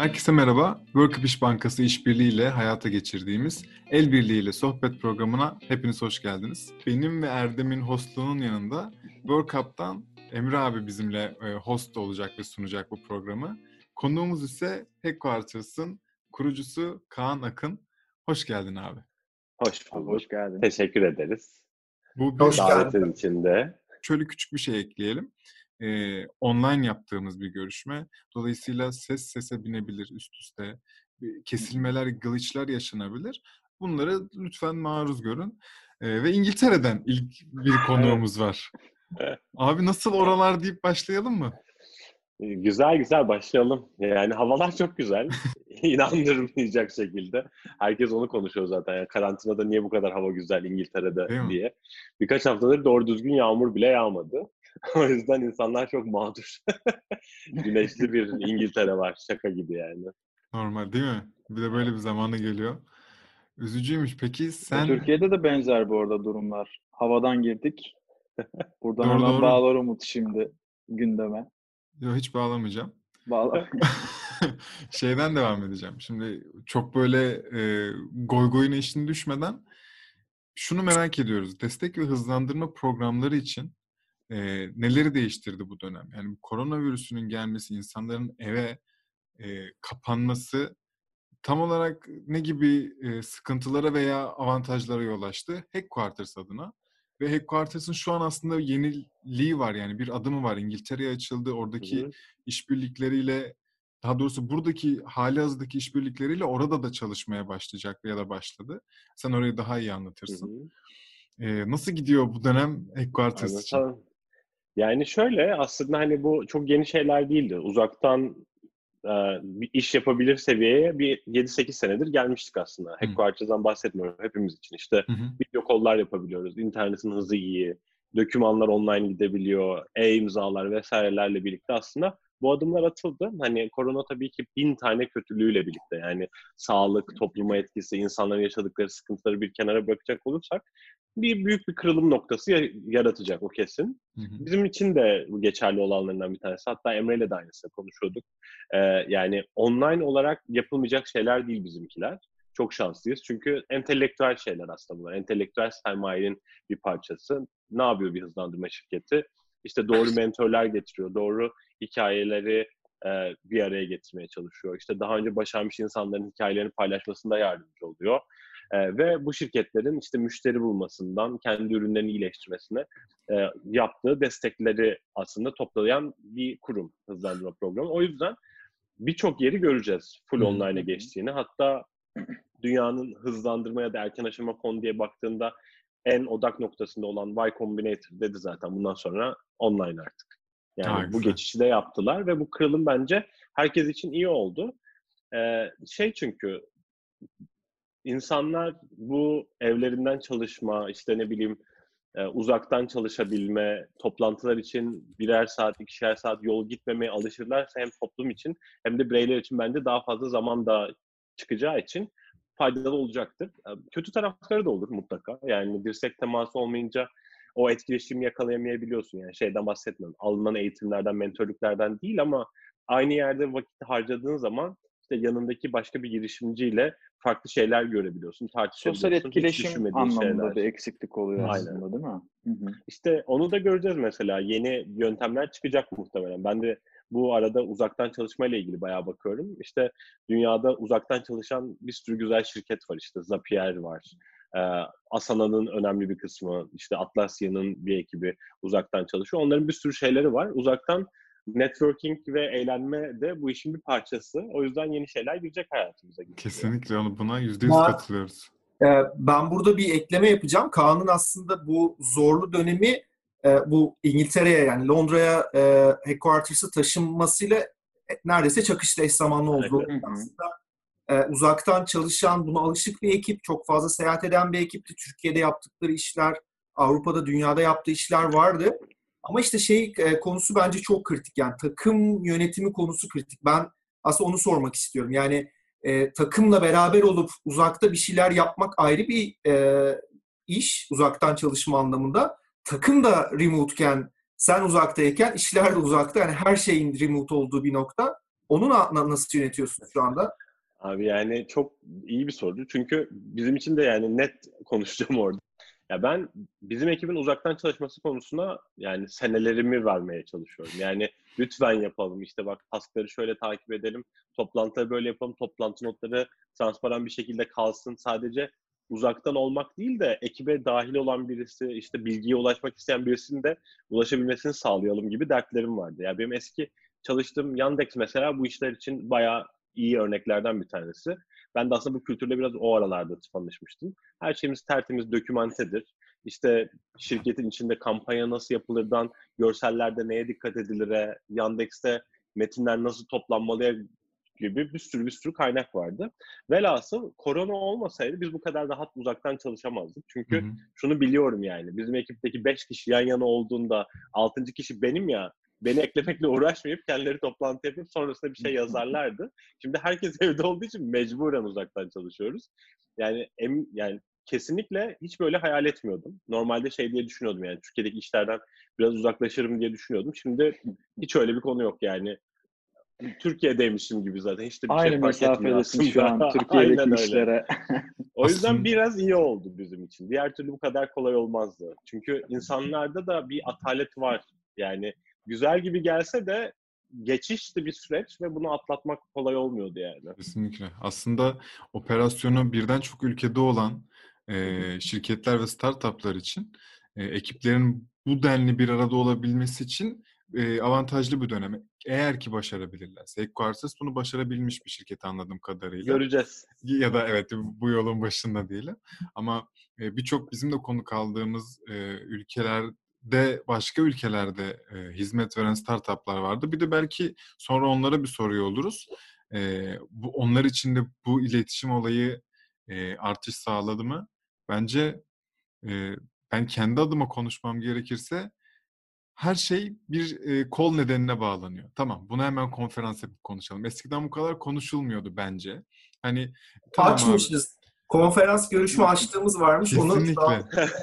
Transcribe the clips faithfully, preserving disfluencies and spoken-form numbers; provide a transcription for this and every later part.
Herkese merhaba. Workup İş Bankası işbirliğiyle hayata geçirdiğimiz El Birliğiyle Sohbet programına hepiniz hoş geldiniz. Benim ve Erdem'in hostluğunun yanında Workup'tan Emre abi bizimle host olacak ve sunacak bu programı. Konuğumuz ise Headquarters'ın kurucusu Kaan Akın. Hoş geldin abi. Hoş bulduk. Hoş geldin. Teşekkür ederiz. Bu bir davetin içinde. Şöyle küçük bir şey ekleyelim. Ee, online yaptığımız bir görüşme. Dolayısıyla ses sese binebilir üst üste. Kesilmeler, glitch'ler yaşanabilir. Bunları lütfen maruz görün. Ee, ve İngiltere'den ilk bir konuğumuz var. Abi nasıl oralar deyip başlayalım mı? Güzel güzel başlayalım. Yani havalar çok güzel. İnandırmayacak şekilde. Herkes onu konuşuyor zaten. Yani karantinada niye bu kadar hava güzel İngiltere'de diye. Birkaç haftadır doğru düzgün yağmur bile yağmadı. O yüzden insanlar çok mağdur. Güneşli bir İngiltere var. Şaka gibi yani. Normal değil mi? Bir de böyle bir zamanı geliyor. Üzücüymüş. Peki sen... Türkiye'de de benzer bu arada durumlar. Havadan girdik. Buradan doğru, hemen doğru. bağlar Umut şimdi gündeme. Yok hiç bağlamayacağım. Bağla. Şeyden devam edeceğim. Şimdi çok böyle e, goy goyun işine düşmeden şunu merak ediyoruz. Destek ve hızlandırma programları için e, neleri değiştirdi bu dönem? Yani koronavirüsünün gelmesi, insanların eve e, kapanması tam olarak ne gibi e, sıkıntılara veya avantajlara yol açtı? Headquarters adına. Ve Headquarters'ın şu an aslında yeniliği var, yani bir adımı var. İngiltere'ye açıldı. Oradaki Hı-hı. işbirlikleriyle, daha doğrusu buradaki halihazırdaki işbirlikleriyle orada da çalışmaya başlayacak ya da başladı. Sen orayı daha iyi anlatırsın. Ee, nasıl gidiyor bu dönem Headquarters için? Anlatalım. Yani şöyle, aslında hani bu çok yeni şeyler değildi. Uzaktan bir iş yapabilir seviyeye bir yedi sekiz senedir gelmiştik aslında. Headquarters'dan bahsetmiyorum hepimiz için. İşte hı hı. video call'lar yapabiliyoruz. İnternetin hızı iyi. Dokümanlar online gidebiliyor. E-imzalar vesairelerle birlikte aslında bu adımlar atıldı. Hani korona tabii ki bin tane kötülüğüyle birlikte, yani sağlık, topluma etkisi, insanların yaşadıkları sıkıntıları bir kenara bırakacak olursak bir büyük bir kırılım noktası yaratacak, o kesin. Hı hı. Bizim için de geçerli olanlarından bir tanesi. Hatta Emre'yle de aynısını konuşuyorduk. Ee, yani online olarak yapılmayacak şeyler değil bizimkiler. Çok şanslıyız. Çünkü entelektüel şeyler aslında bunlar. Entelektüel sermayenin bir parçası. Ne yapıyor bir hızlandırma şirketi? İşte doğru mentörler getiriyor. Doğru hikayeleri e, bir araya getirmeye çalışıyor. İşte daha önce başarmış insanların hikayelerini paylaşmasında yardımcı oluyor. Ee, ve bu şirketlerin işte müşteri bulmasından kendi ürünlerini iyileştirmesine e, yaptığı destekleri aslında toplayan bir kurum, hızlandırma programı. O yüzden birçok yeri göreceğiz full online'a geçtiğini. Hatta dünyanın hızlandırma ya da erken aşama fonu diye baktığında en odak noktasında olan Y Combinator dedi zaten bundan sonra online artık. Yani ha, bu geçişi de yaptılar ve bu kırılım bence herkes için iyi oldu. Ee, şey çünkü İnsanlar bu evlerinden çalışma, işte ne bileyim uzaktan çalışabilme, toplantılar için birer saat, ikişer saat yol gitmemeye alışırlarsa hem toplum için hem de bireyler için bence daha fazla zaman da çıkacağı için faydalı olacaktır. Kötü tarafları da olur mutlaka. Yani dirsek teması olmayınca o etkileşimi yakalayamayabiliyorsun. Yani şeyden bahsetmiyorum. Alınan eğitimlerden, mentörlüklerden değil ama aynı yerde vakit harcadığın zaman işte yanındaki başka bir girişimciyle farklı şeyler görebiliyorsun, tartışabiliyorsun. Sosyal etkileşim anlamında şeyler. Bir eksiklik oluyor Aynen. aslında, değil mi? Hı hı. İşte onu da göreceğiz mesela. Yeni yöntemler çıkacak muhtemelen. Ben de bu arada uzaktan çalışmayla ilgili bayağı bakıyorum. İşte dünyada uzaktan çalışan bir sürü güzel şirket var. İşte Zapier var. Ee, Asana'nın önemli bir kısmı, işte Atlassian'ın bir ekibi uzaktan çalışıyor. Onların bir sürü şeyleri var. Uzaktan networking ve eğlenme de bu işin bir parçası. O yüzden yeni şeyler girecek hayatımıza. Kesinlikle onu buna yüzde yüz katılıyoruz. Ben burada bir ekleme yapacağım. Kaan'ın aslında bu zorlu dönemi bu İngiltere'ye, yani Londra'ya headquarters'ı taşınmasıyla neredeyse çakışlı, eş zamanlı oldu. Evet. Aslında uzaktan çalışan, buna alışık bir ekip, çok fazla seyahat eden bir ekipti. Türkiye'de yaptıkları işler, Avrupa'da, dünyada yaptığı işler vardı. Ama işte şey konusu bence çok kritik. Yani takım yönetimi konusu kritik. Ben aslında onu sormak istiyorum. Yani e, takımla beraber olup uzakta bir şeyler yapmak ayrı bir e, iş, uzaktan çalışma anlamında. Takım da remote'ken, sen uzaktayken işler de uzakta. Yani her şeyin remote olduğu bir nokta. Onu na- nasıl yönetiyorsunuz şu anda? Abi yani çok iyi bir soru. Çünkü bizim için de yani net konuşacağım orada. Ya ben bizim ekibin uzaktan çalışması konusuna yani senelerimi vermeye çalışıyorum. Yani lütfen yapalım. İşte bak taskları şöyle takip edelim. Toplantıları böyle yapalım. Toplantı notları transparan bir şekilde kalsın. Sadece uzaktan olmak değil de ekibe dahil olan birisi, işte bilgiye ulaşmak isteyen birisinin de ulaşabilmesini sağlayalım gibi dertlerim vardı. Ya benim eski çalıştığım Yandex mesela bu işler için bayağı iyi örneklerden bir tanesi. Ben de aslında bu kültürle biraz o aralarda tanışmıştım. Her şeyimiz tertemiz, dokümantedir. İşte şirketin içinde kampanya nasıl yapılırdan, görsellerde neye dikkat edilire, Yandex'te metinler nasıl toplanmalıya gibi bir sürü bir sürü kaynak vardı. Velhasıl korona olmasaydı biz bu kadar rahat uzaktan çalışamazdık. Çünkü Hı hı. şunu biliyorum yani, bizim ekipteki beş kişi yan yana olduğunda altıncı kişi benim ya, beni eklemekle uğraşmayıp kendileri toplantı yapıp sonrasında bir şey yazarlardı. Şimdi herkes evde olduğu için mecburen uzaktan çalışıyoruz. Yani em, yani kesinlikle hiç böyle hayal etmiyordum. Normalde şey diye düşünüyordum yani Türkiye'deki işlerden biraz uzaklaşırım diye düşünüyordum. Şimdi hiç öyle bir konu yok yani. Türkiye'deymişim gibi zaten. Hiç de bir şey Aynı fark etmiyor mesafedesin şu aslında. an Türkiye'deki Aynen öyle. işlere. O yüzden Aslında biraz iyi oldu bizim için. Diğer türlü bu kadar kolay olmazdı. Çünkü insanlarda da bir atalet var. Yani güzel gibi gelse de geçişti bir süreç ve bunu atlatmak kolay olmuyordu yani. kesinlikle. Aslında operasyonu birden çok ülkede olan Hı hı. e, şirketler ve startuplar için e, ekiplerin bu denli bir arada olabilmesi için e, avantajlı bir dönem. Eğer ki başarabilirlerse. Headquarters bunu başarabilmiş bir şirket anladığım kadarıyla. Göreceğiz. Ya da evet bu yolun başında diyelim. Ama e, birçok bizim de konuk aldığımız e, ülkelerde, başka ülkelerde e, hizmet veren startuplar vardı. Bir de belki sonra onlara bir soruyor oluruz. E, bu onlar için de bu iletişim olayı e, artış sağladı mı? Bence e, ben kendi adıma konuşmam gerekirse her şey bir e, kol nedenine bağlanıyor. Tamam, bunu hemen konferans yapıp konuşalım. Eskiden bu kadar konuşulmuyordu bence. Hani tamam abi, Açmışız. Konferans görüşme açtığımız varmış. Onu şu an kesinlikle.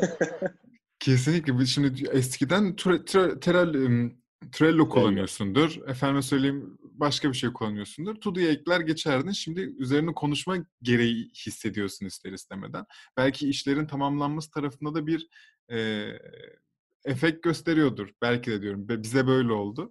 Kesinlikle. Biz Şimdi eskiden tre- tre- Trello, ım, Trello kullanıyorsundur. Efendime söyleyeyim başka bir şey kullanıyorsundur. Todo'ya ekler geçerdin. Şimdi üzerine konuşma gereği hissediyorsun ister istemeden. Belki işlerin tamamlanması tarafında da bir e, efekt gösteriyordur. Belki de diyorum. Ve bize böyle oldu.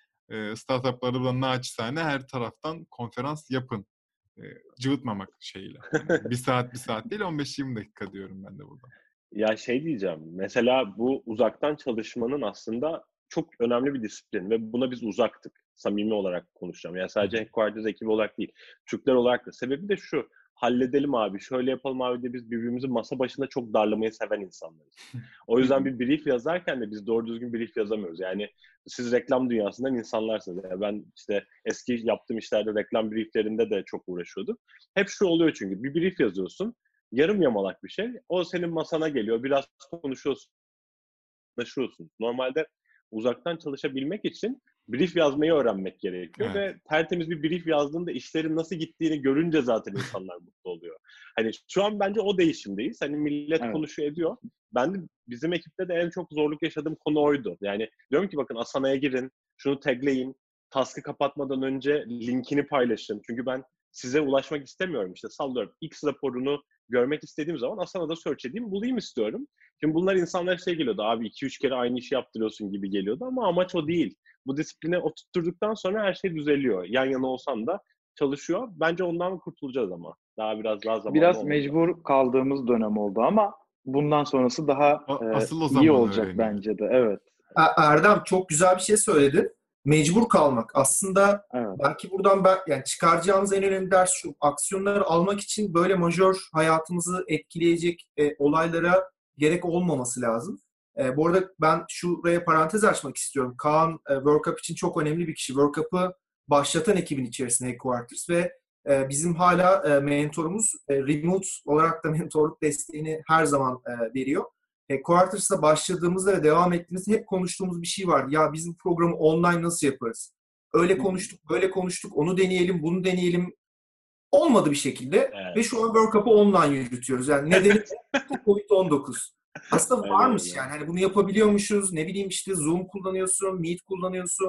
E, startuplarda da naçizane her taraftan konferans yapın. E, cıvıtmamak şeyiyle. Hani bir saat bir saat değil on beş yirmi dakika diyorum ben de burada. Ya şey diyeceğim, mesela bu uzaktan çalışmanın aslında çok önemli bir disiplin ve buna biz uzaktık. Samimi olarak konuşacağım. Yani sadece Headquarters ekibi olarak değil, Türkler olarak da. Sebebi de şu, halledelim abi, şöyle yapalım abi diye biz birbirimizi masa başında çok darlamayı seven insanlarız. O yüzden bir brief yazarken de biz doğru düzgün brief yazamıyoruz. Yani siz reklam dünyasından insanlarsınız. Yani ben işte eski yaptığım işlerde reklam brieflerinde de çok uğraşıyordum. Hep şu oluyor çünkü, bir brief yazıyorsun. Yarım yamalak bir şey. O senin masana geliyor. Biraz konuşuyorsun, konuşuyorsun. Normalde uzaktan çalışabilmek için brief yazmayı öğrenmek gerekiyor Evet. ve tertemiz bir brief yazdığında işlerin nasıl gittiğini görünce zaten insanlar mutlu oluyor. Hani şu an bence o değişimdeyiz. Hani millet Evet. konuşuyor ediyor. Ben de bizim ekipte de en çok zorluk yaşadığım konu oydu. Yani diyorum ki bakın Asana'ya girin, şunu tagleyin, task'ı kapatmadan önce linkini paylaşın. Çünkü ben size ulaşmak istemiyorum. İşte sallıyorum X raporunu görmek istediğim zaman Asana'da search edeyim, bulayım istiyorum. Şimdi bunlar insanlar şey geliyordu, abi iki üç kere aynı işi yaptırıyorsun gibi geliyordu ama amaç o değil. Bu disipline oturtturduktan sonra her şey düzeliyor. Yan yana olsan da çalışıyor. Bence ondan kurtulacağız ama. Daha biraz daha zamanlı Biraz olmalı. mecbur kaldığımız dönem oldu ama bundan sonrası daha A- e, asıl o iyi zaman olacak öğreniyor. bence de. Evet. E- Erdem çok güzel bir şey söyledin. Mecbur kalmak. Aslında Evet. belki buradan ben, yani çıkaracağımız en önemli ders şu. Aksiyonları almak için böyle majör hayatımızı etkileyecek e, olaylara gerek olmaması lazım. E, bu arada ben şuraya parantez açmak istiyorum. Kaan e, World Cup için çok önemli bir kişi. World Cup'ı başlatan ekibin içerisinde Headquarters ve e, bizim hala e, mentorumuz e, remote olarak da mentorluk desteğini her zaman e, veriyor. Headquarters'la başladığımızda ve devam ettiğimizde hep konuştuğumuz bir şey vardı. Ya biz bu programı online nasıl yaparız? Öyle konuştuk, böyle konuştuk, onu deneyelim, bunu deneyelim. Olmadı bir şekilde Evet. ve şu an World Cup'ı online yürütüyoruz. Yani nedeni covid on dokuz. Aslında Aynen varmış öyle. yani. Hani bunu yapabiliyormuşuz. Ne bileyim işte Zoom kullanıyorsun, Meet kullanıyorsun.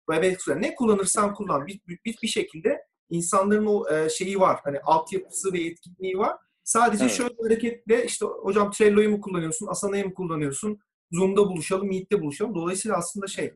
bebek ne kullanırsan kullan. Bir, bir, bir şekilde insanların o e, şeyi var. Hani altyapısı ve etkinliği var. Sadece Evet. şöyle hareketle işte hocam Trello'yu mu kullanıyorsun, Asana'yı mı kullanıyorsun, Zoom'da buluşalım, Meet'te buluşalım. Dolayısıyla aslında şey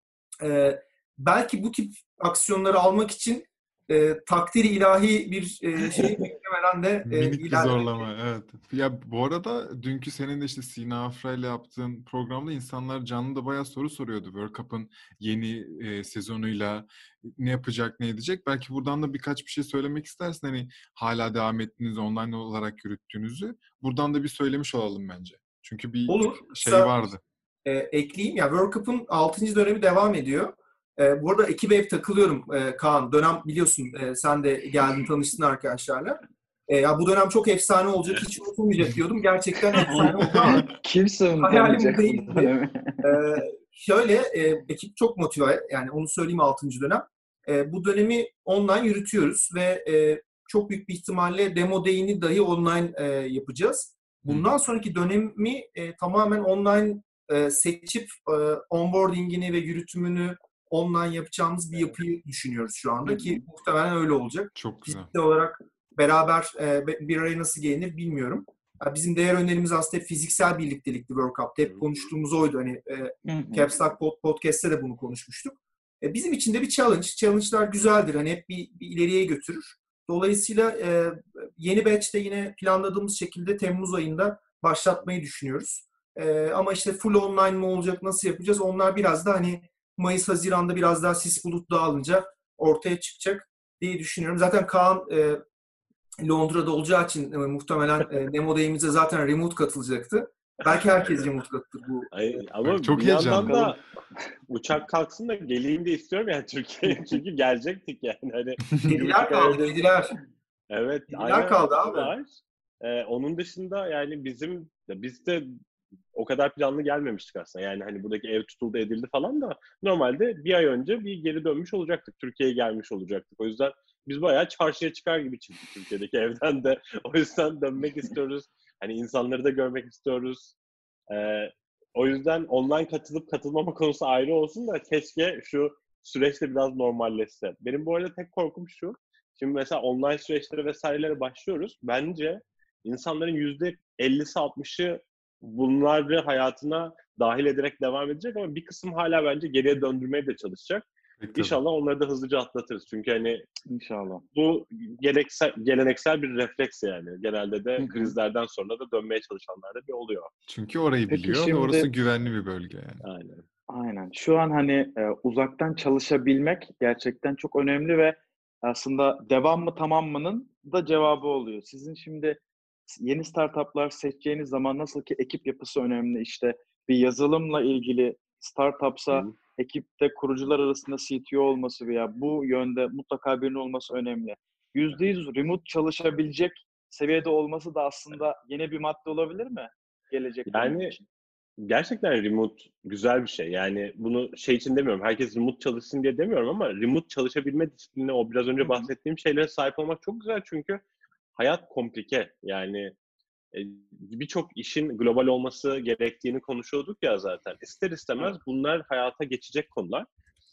e, belki bu tip aksiyonları almak için e, takdiri ilahi bir e, şey beklemeden de e, Minik bir ilerlemek. zorlama, evet. Ya bu arada dünkü senin de işte Sina Afra ile yaptığın programda insanlar canlı da bayağı soru soruyordu. World Cup'ın yeni e, sezonuyla ne yapacak, ne edecek. Belki buradan da birkaç bir şey söylemek istersin. Hani hala devam ettiğiniz, online olarak yürüttüğünüzü. Buradan da bir söylemiş olalım bence. Çünkü bir Olur. şey Kısa vardı. e, ekleyeyim. Yani World Cup'ın altıncı dönemi devam ediyor. E, bu arada ekibe hep takılıyorum e, Kaan. Dönem biliyorsun e, sen de geldin tanıştın arkadaşlarla. E, ya bu dönem çok efsane olacak, hiç unutulmayacak diyordum. Gerçekten efsane oldu ama Kimse hayalim unutamayacak bu bu değildi. dönemi. E, şöyle e, ekip çok motive. Yani onu söyleyeyim altıncı dönem. E, bu dönemi online yürütüyoruz ve e, çok büyük bir ihtimalle demo day'ini dahi online e, yapacağız. Bundan sonraki dönemi e, tamamen online e, seçip e, onboarding'ini ve yürütümünü online yapacağımız bir yapıyı düşünüyoruz şu anda ki muhtemelen öyle olacak. Çok güzel. Fiziksel olarak beraber e, bir araya nasıl gelinir bilmiyorum. Ya bizim değer önerimiz aslında hep fiziksel birliktelikti World Cup'ta. Hep konuştuğumuz oydu. Hani e, Caps Lock Pod- Podcast'te de bunu konuşmuştuk. E, bizim için de bir challenge. Challenge'lar güzeldir. Hani hep bir, bir ileriye götürür. Dolayısıyla e, yeni batch'te yine planladığımız şekilde Temmuz ayında başlatmayı düşünüyoruz. E, ama işte full online mı olacak, nasıl yapacağız? Onlar biraz da hani Mayıs-Haziran'da biraz daha sis bulut dağılınca ortaya çıkacak diye düşünüyorum. Zaten Kaan e, Londra'da olacağı için e, muhtemelen e, Demo Day'imize zaten remote katılacaktı. Belki herkes remote katılır bu. Ay, ama Çok bir yandan heyecanlı. da uçak kalksın da geleyim de istiyorum yani Türkiye'ye. Çünkü gelecektik yani. Hani bir Yediler buçuk kaldı, aydır. yediler. Evet, Yediler aynen kaldı o abi. var. Ee, onun dışında yani bizim biz de o kadar planlı gelmemiştik aslında. Yani hani buradaki ev tutuldu edildi falan da normalde bir ay önce bir geri dönmüş olacaktık. Türkiye'ye gelmiş olacaktık. O yüzden biz bayağı çarşıya çıkar gibi çıktık Türkiye'deki evden de. O yüzden dönmek istiyoruz. Hani insanları da görmek istiyoruz. Ee, o yüzden online katılıp katılmama konusu ayrı olsun da keşke şu süreçte biraz normalleşse. Benim bu arada tek korkum şu. Şimdi mesela online süreçlere vesairelere başlıyoruz. Bence insanların yüzde ellisi altmışı bunları hayatına dahil ederek devam edecek ama bir kısım hala bence geriye döndürmeye de çalışacak. Tabii. İnşallah onları da hızlıca atlatırız. Çünkü hani İnşallah. bu geleneksel, geleneksel bir refleks yani. Genelde de Hı hı. krizlerden sonra da dönmeye çalışanlar da bir oluyor. Çünkü orayı Peki biliyor ve şimdi- orası güvenli bir bölge yani. Aynen. Aynen. Şu an hani e, uzaktan çalışabilmek gerçekten çok önemli ve aslında devam mı tamam mı'nın da cevabı oluyor. Sizin şimdi yeni startuplar seçeceğiniz zaman nasıl ki ekip yapısı önemli, işte bir yazılımla ilgili startupsa Hı. ekipte kurucular arasında C T O olması veya bu yönde mutlaka birinin olması önemli. yüzde yüz remote çalışabilecek seviyede olması da aslında yeni bir madde olabilir mi? Gelecek dönem Yani için. gerçekten remote güzel bir şey. Yani bunu şey için demiyorum. Herkes remote çalışsın diye demiyorum ama remote çalışabilme disiplini, o biraz önce Hı hı. bahsettiğim şeylere sahip olmak çok güzel. Çünkü hayat komplike. Yani e, birçok işin global olması gerektiğini konuşuyorduk ya zaten. İster istemez Evet. bunlar hayata geçecek konular.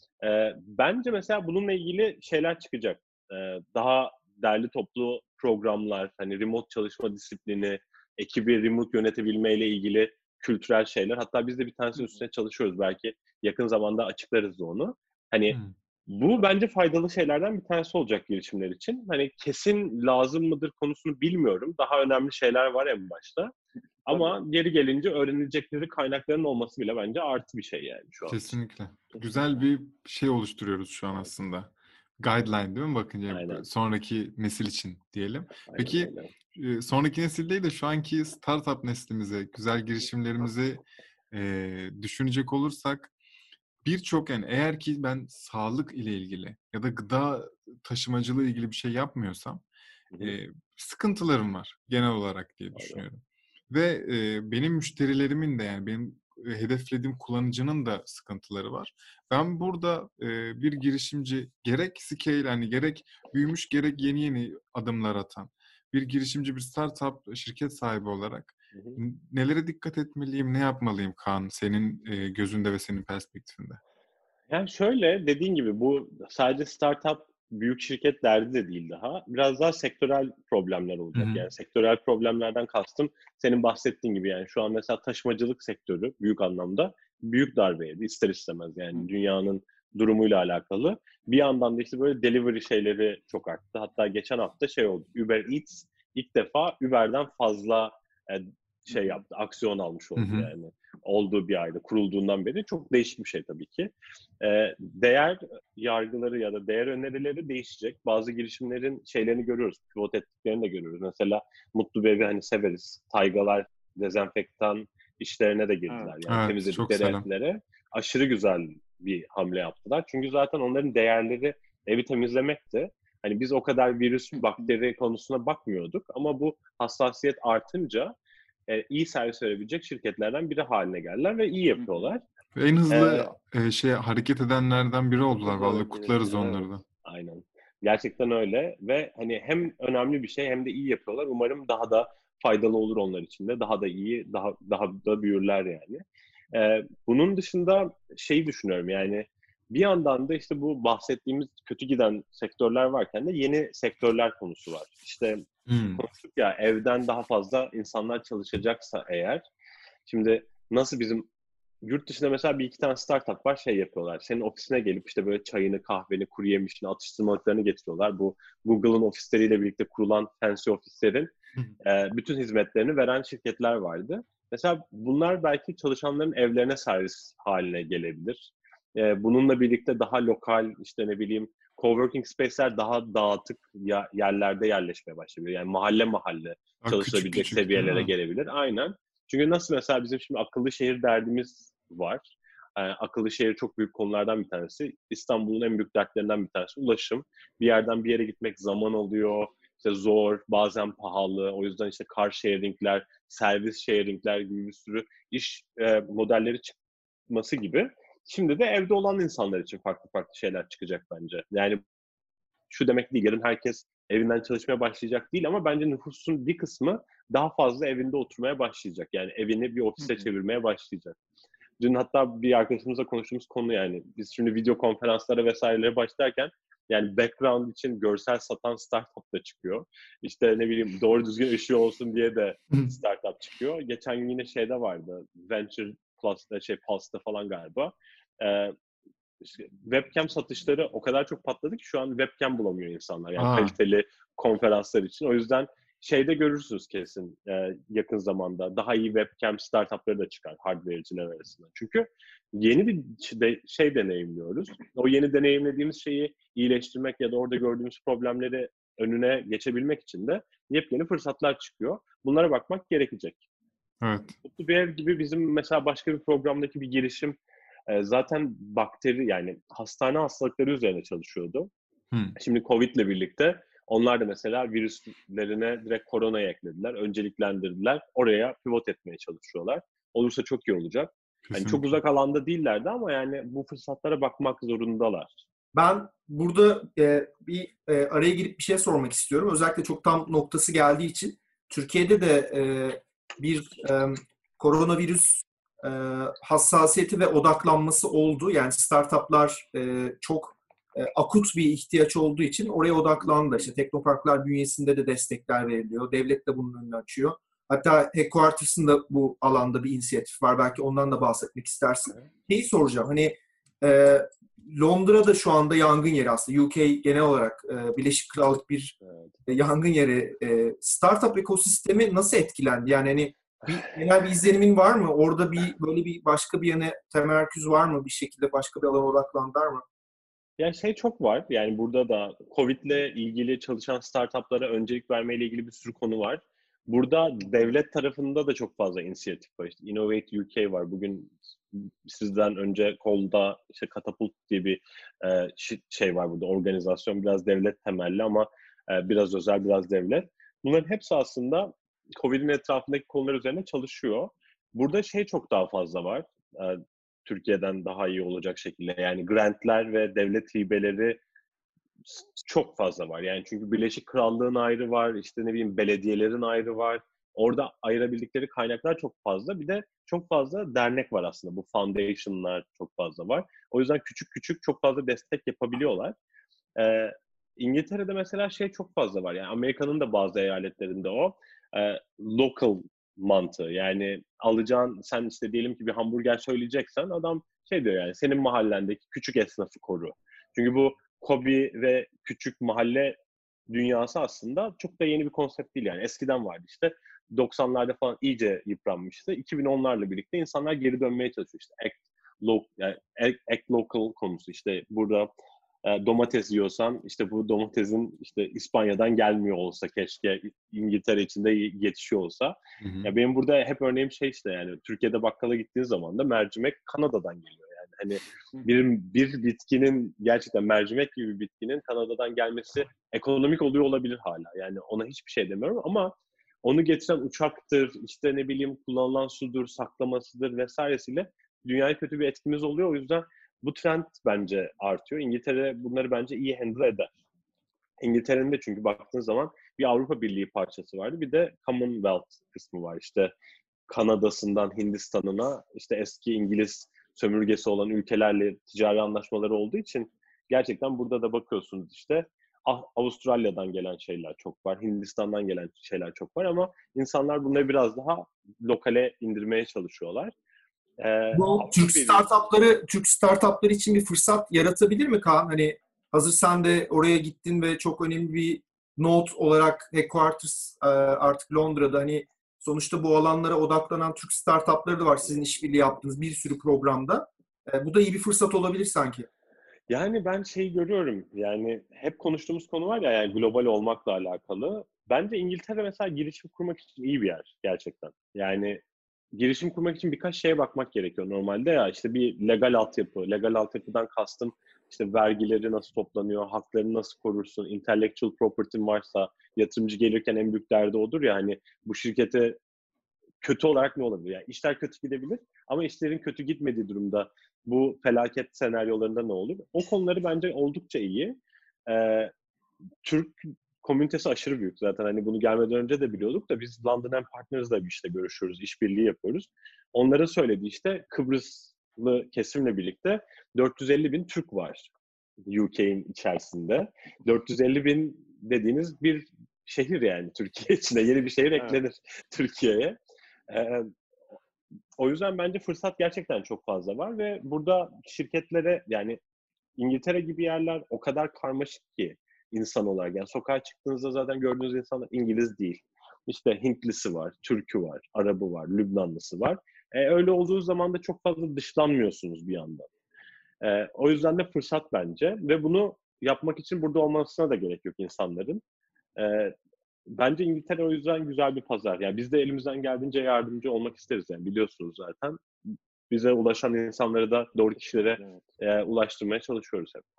E, bence mesela bununla ilgili şeyler çıkacak. E, daha derli toplu programlar, hani remote çalışma disiplini, ekibi remote yönetebilmeyle ilgili kültürel şeyler. Hatta biz de bir tanesinin üstüne çalışıyoruz. Belki yakın zamanda açıklarız da onu. Hani Hmm. bu bence faydalı şeylerden bir tanesi olacak girişimler için. Hani kesin lazım mıdır konusunu bilmiyorum. Daha önemli şeyler var en başta. Ama geri gelince öğrenilecekleri kaynakların olması bile bence artı bir şey yani şu an için. Kesinlikle. Güzel bir şey oluşturuyoruz şu an aslında. Guideline değil mi? Bakınca Aynen. sonraki nesil için diyelim. Aynen Peki öyle. e, sonraki nesil değil de şu anki startup neslimize, güzel girişimlerimizi e, düşünecek olursak birçok yani eğer ki ben sağlık ile ilgili ya da gıda taşımacılığı ilgili bir şey yapmıyorsam Hı hı. e, sıkıntılarım var genel olarak diye Aynen. düşünüyorum. Ve e, benim müşterilerimin de yani benim e, hedeflediğim kullanıcının da sıkıntıları var. Ben burada e, bir girişimci gerek scale hani gerek büyümüş gerek yeni yeni adımlar atan bir girişimci, bir startup şirket sahibi olarak Hı hı. n- nelere dikkat etmeliyim, ne yapmalıyım Kaan senin e, gözünde ve senin perspektifinde? Yani şöyle, dediğin gibi bu sadece startup, büyük şirket derdi de değil daha. Biraz daha sektörel problemler Hı olacak. hı. Yani sektörel problemlerden kastım senin bahsettiğin gibi, yani şu an mesela taşımacılık sektörü büyük anlamda büyük darbe yedi ister istemez, yani dünyanın durumuyla alakalı. Bir yandan da işte böyle delivery şeyleri çok arttı. Hatta geçen hafta şey oldu. Uber Eats ilk defa Uber'den fazla e, şey yaptı, aksiyon almış Hı oldu hı. yani. Olduğu bir ayda, kurulduğundan beri çok değişik bir şey tabii ki. E, değer yargıları ya da değer önerileri değişecek. Bazı girişimlerin şeylerini görüyoruz, pivot ettiklerini de görüyoruz. Mesela Mutlu Bev'i hani severiz. Taygalar dezenfektan işlerine de girdiler. Evet. Yani Evet, çok temizledikleri selam. etlere aşırı güzel bir hamle yaptılar. Çünkü zaten onların değerleri evi temizlemekti. Hani biz o kadar virüs, bakteri konusuna bakmıyorduk ama bu hassasiyet artınca e, iyi servis verebilecek şirketlerden biri haline geldiler ve iyi yapıyorlar. En hızlı E, e, şey hareket edenlerden biri oldular. Hızlı Vallahi olabildiğiniz kutlarız için, evet. onları da. Aynen. Gerçekten öyle ve hani hem önemli bir şey hem de iyi yapıyorlar. Umarım daha da faydalı olur onlar için de. Daha da iyi, daha daha da büyürler yani. Ee, bunun dışında şeyi düşünüyorum, yani bir yandan da işte bu bahsettiğimiz kötü giden sektörler varken de yeni sektörler konusu var. İşte Hmm. konuştuk ya, evden daha fazla insanlar çalışacaksa eğer, şimdi nasıl bizim yurt dışında mesela bir iki tane startup var, şey yapıyorlar. Senin ofisine gelip işte böyle çayını, kahveni, kuru yemişini, atıştırmalıklarını getiriyorlar. Bu Google'ın ofisleriyle birlikte kurulan fancy ofislerin e, bütün hizmetlerini veren şirketler vardı. Mesela bunlar belki çalışanların evlerine servis haline gelebilir. E, bununla birlikte daha lokal, işte ne bileyim, coworking space'ler daha dağıtık ya, yerlerde yerleşmeye başlıyor. Yani mahalle mahalle Bak, küçük çalışılabilecek küçük değil seviyelere mi? gelebilir. Aynen. Çünkü nasıl mesela bizim şimdi akıllı şehir derdimiz var. Yani akıllı şehir çok büyük konulardan bir tanesi. İstanbul'un en büyük dertlerinden bir tanesi ulaşım. Bir yerden bir yere gitmek zaman oluyor, işte zor, bazen pahalı. O yüzden işte car sharing'ler, servis sharing'ler gibi bir sürü iş e, modelleri çıkması gibi. Şimdi de evde olan insanlar için farklı farklı şeyler çıkacak bence. Yani şu demek değil, yarın herkes evinden çalışmaya başlayacak değil, ama bence nüfusun bir kısmı daha fazla evinde oturmaya başlayacak. Yani evini bir ofise çevirmeye başlayacak. Dün hatta bir arkadaşımızla konuştuğumuz konu, yani biz şimdi video konferanslara vesairelere başlarken yani background için görsel satan startup da çıkıyor. İşte ne bileyim, doğru düzgün ışığı olsun diye de startup çıkıyor. Geçen gün yine şeyde vardı, Venture Plus'ta, şey Pulse'da falan galiba. Ee, işte webcam satışları o kadar çok patladı ki şu an webcam bulamıyor insanlar. Yani Aa, kaliteli konferanslar için. O yüzden şeyde görürsünüz kesin e, yakın zamanda. Daha iyi webcam startupları da çıkar hardware'ciler arasında. Çünkü yeni bir şey, şey deneyimliyoruz. O yeni deneyimlediğimiz şeyi iyileştirmek ya da orada gördüğümüz problemleri önüne geçebilmek için de yepyeni fırsatlar çıkıyor. Bunlara bakmak gerekecek. evet. Mutlu bir ev gibi bizim mesela başka bir programdaki bir girişim e, zaten bakteri, yani hastane hastalıkları üzerine çalışıyordu. Hmm. Şimdi Covid'le birlikte onlar da mesela virüslerine direkt koronayı eklediler, önceliklendirdiler. Oraya pivot etmeye çalışıyorlar. Olursa çok iyi olacak. Yani çok Kesinlikle. uzak alanda değillerdi ama yani bu fırsatlara bakmak zorundalar. Ben burada e, bir e, araya girip bir şey sormak istiyorum. Özellikle çok tam noktası geldiği için. Türkiye'de de e, bir e, koronavirüs e, hassasiyeti ve odaklanması oldu. Yani startuplar e, çok e, akut bir ihtiyaç olduğu için oraya odaklandı. İşte teknoparklar bünyesinde de destekler veriliyor. Devlet de bunun önünü açıyor. Hatta Headquarters'ın da bu alanda bir inisiyatif var. Belki ondan da bahsetmek istersin. Şeyi soracağım. Hani e, Londra'da şu anda yangın yeri aslında. U K genel olarak e, Birleşik Krallık bir Evet. e, yangın yeri. E, startup ekosistemi nasıl etkilendi? Yani hani bir genel bir izlenimin var mı? Orada bir böyle bir başka bir yana temerküz var mı? Bir şekilde başka bir alana odaklandılar mı? Yani şey çok var. Yani burada da Covid'le ilgili çalışan startuplara öncelik vermeyle ilgili bir sürü konu var. Burada devlet tarafında da çok fazla inisiyatif var. İşte Innovate U K var. Bugün sizden önce kolda işte Katapult diye bir e, şey var burada. Organizasyon biraz devlet temelli ama e, biraz özel, biraz devlet. Bunların hepsi aslında Covid'in etrafındaki konular üzerine çalışıyor. Burada şey çok daha fazla var. E, Türkiye'den daha iyi olacak şekilde. Yani grantler ve devlet hibeleri çok fazla var. Yani çünkü Birleşik Krallığın ayrı var, işte ne bileyim belediyelerin ayrı var. Orada ayırabildikleri kaynaklar çok fazla. Bir de çok fazla dernek var aslında. Bu foundation'lar çok fazla var. O yüzden küçük küçük çok fazla destek yapabiliyorlar. Ee, İngiltere'de mesela şey çok fazla var. Yani Amerika'nın da bazı eyaletlerinde o. E, local mantığı. Yani alacağın, sen işte diyelim ki bir hamburger söyleyeceksen adam şey diyor yani senin mahallendeki küçük esnafı koru. Çünkü bu KOBİ ve küçük mahalle dünyası aslında çok da yeni bir konsept değil yani. Eskiden vardı işte. doksanlarda falan iyice yıpranmıştı. iki bin onlarla birlikte insanlar geri dönmeye çalışıyor. İşte act, lo, yani act, act local konusu. İşte burada e, domates yiyorsan işte bu domatesin işte İspanya'dan gelmiyor olsa keşke, İngiltere içinde yetişiyor olsa. Hı hı. Ya benim burada hep örneğim şey işte yani Türkiye'de bakkala gittiğin zaman da mercimek Kanada'dan geliyor yani. Hani bir bir bitkinin gerçekten mercimek gibi bir bitkinin Kanada'dan gelmesi ekonomik oluyor olabilir hala. Yani ona hiçbir şey demiyorum ama onu getiren uçaktır, işte ne bileyim kullanılan sudur, saklamasıdır vesairesiyle dünyaya kötü bir etkimiz oluyor. O yüzden bu trend bence artıyor. İngiltere bunları bence iyi handle eder. İngiltere'nin de çünkü baktığın zaman bir Avrupa Birliği parçası vardı. Bir de Commonwealth kısmı var. İşte Kanada'sından Hindistan'ına işte eski İngiliz sömürgesi olan ülkelerle ticari anlaşmaları olduğu için gerçekten burada da bakıyorsunuz işte Avustralya'dan gelen şeyler çok var, Hindistan'dan gelen şeyler çok var ama insanlar bunları biraz daha lokale indirmeye çalışıyorlar. Ee, Bu Türk bir... startupları Türk startupları için bir fırsat yaratabilir mi Kaan? Hani hazır sen de oraya gittin ve çok önemli bir node olarak headquarters artık Londra'da, hani sonuçta bu alanlara odaklanan Türk startupları da var sizin işbirliği yaptığınız bir sürü programda. Bu da iyi bir fırsat olabilir sanki. Yani ben şeyi görüyorum, yani hep konuştuğumuz konu var ya yani global olmakla alakalı. Bence İngiltere mesela girişim kurmak için iyi bir yer gerçekten. Yani girişim kurmak için birkaç şeye bakmak gerekiyor normalde ya işte bir legal altyapı, legal altyapıdan kastım işte vergileri nasıl toplanıyor, haklarını nasıl korursun, intellectual property varsa yatırımcı gelirken en büyük derdi odur ya hani bu şirkete kötü olarak ne olabilir? Yani işler kötü gidebilir ama işlerin kötü gitmediği durumda bu felaket senaryolarında ne olur? O konuları bence oldukça iyi. Ee, Türk komünitesi aşırı büyük zaten. Hani bunu gelmeden önce de biliyorduk da biz London and Partners'la bir işte görüşüyoruz, işbirliği yapıyoruz. Onlara söylediği işte Kıbrıslı kesimle birlikte dört yüz elli bin Türk var U K'nin içerisinde. dört yüz elli bin dediğiniz bir şehir yani Türkiye içinde. Yeni bir şehir eklenir evet. Türkiye'ye. Ee, o yüzden bence fırsat gerçekten çok fazla var ve burada şirketlere yani İngiltere gibi yerler o kadar karmaşık ki insan olarak. Yani sokağa çıktığınızda zaten gördüğünüz insanlar İngiliz değil. İşte Hintlisi var, Türk'ü var, Arap'ı var, Lübnanlısı var. E, öyle olduğu zaman da çok fazla dışlanmıyorsunuz bir yandan. E, o yüzden de fırsat bence ve bunu yapmak için burada olmasına da gerek yok insanların. E, Bence İngiltere o yüzden güzel bir pazar. Yani biz de elimizden geldiğince yardımcı olmak isteriz yani biliyorsunuz zaten. Bize ulaşan insanları da doğru kişilere evet. e, ulaştırmaya çalışıyoruz hep.